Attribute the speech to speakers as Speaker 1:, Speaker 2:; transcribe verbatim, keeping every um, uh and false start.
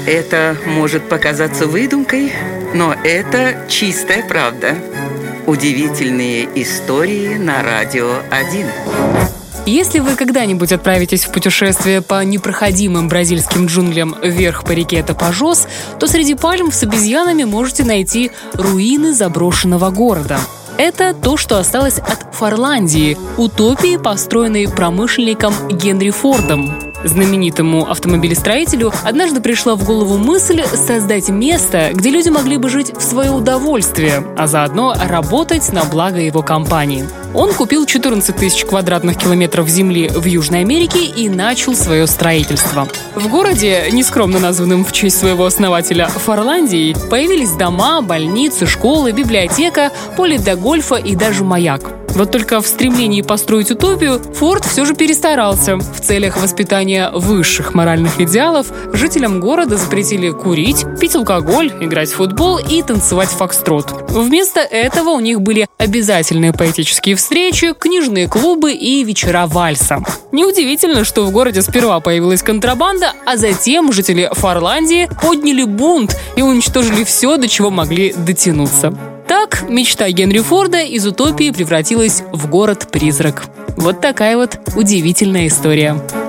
Speaker 1: Это может показаться выдумкой, но это чистая правда. Удивительные истории на Радио один.
Speaker 2: Если вы когда-нибудь отправитесь в путешествие по непроходимым бразильским джунглям вверх по реке Тапажос, то среди пальм с обезьянами можете найти руины заброшенного города. Это то, что осталось от Форландии, утопии, построенной промышленником Генри Фордом. Знаменитому автомобилестроителю однажды пришла в голову мысль создать место, где люди могли бы жить в свое удовольствие, а заодно работать на благо его компании. Он купил четырнадцать тысяч квадратных километров земли в Южной Америке и начал свое строительство. В городе, нескромно названном в честь своего основателя Форландией, появились дома, больницы, школы, библиотека, поле для гольфа и даже маяк. Вот только в стремлении построить утопию Форд все же перестарался. В целях воспитания высших моральных идеалов жителям города запретили курить, пить алкоголь, играть в футбол и танцевать фокстрот. Вместо этого у них были обязательные поэтические встречи, книжные клубы и вечера вальса. Неудивительно, что в городе сперва появилась контрабанда, а затем жители Форландии подняли бунт и уничтожили все, до чего могли дотянуться. Так, мечта Генри Форда из утопии превратилась в город-призрак. Вот такая вот удивительная история.